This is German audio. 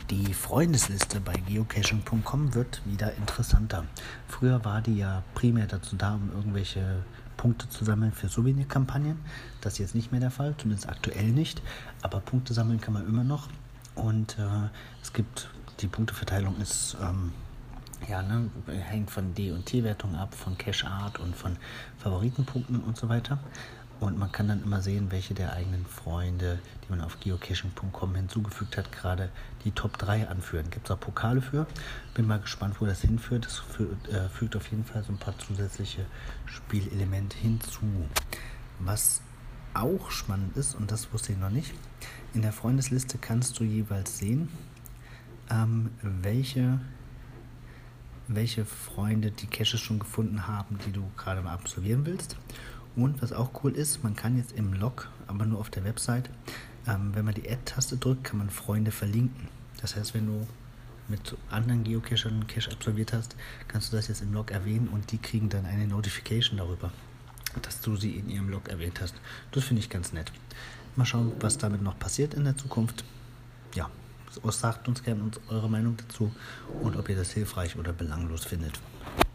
Die Freundesliste bei geocaching.com wird wieder interessanter. Früher war die ja primär dazu da, um irgendwelche Punkte zu sammeln für Souvenirkampagnen. Das ist jetzt nicht mehr der Fall, zumindest aktuell nicht. Aber Punkte sammeln kann man immer noch. Und die Punkteverteilung ist hängt von D- und T-Wertung ab, von Cache-Art und von Favoritenpunkten und so weiter. Und man kann dann immer sehen, welche der eigenen Freunde, die man auf geocaching.com hinzugefügt hat, gerade die Top 3 anführen. Gibt es auch Pokale für. Bin mal gespannt, wo das hinführt. Das fügt auf jeden Fall so ein paar zusätzliche Spielelemente hinzu. Was auch spannend ist, und das wusste ich noch nicht, in der Freundesliste kannst du jeweils sehen, welche Freunde die Caches schon gefunden haben, die du gerade mal absolvieren willst. Und was auch cool ist, man kann jetzt im Log, aber nur auf der Website, wenn man die Add-Taste drückt, kann man Freunde verlinken. Das heißt, wenn du mit anderen Geocachern einen Cache absolviert hast, kannst du das jetzt im Log erwähnen und die kriegen dann eine Notification darüber, dass du sie in ihrem Log erwähnt hast. Das finde ich ganz nett. Mal schauen, was damit noch passiert in der Zukunft. Ja, sagt uns gerne eure Meinung dazu und ob ihr das hilfreich oder belanglos findet.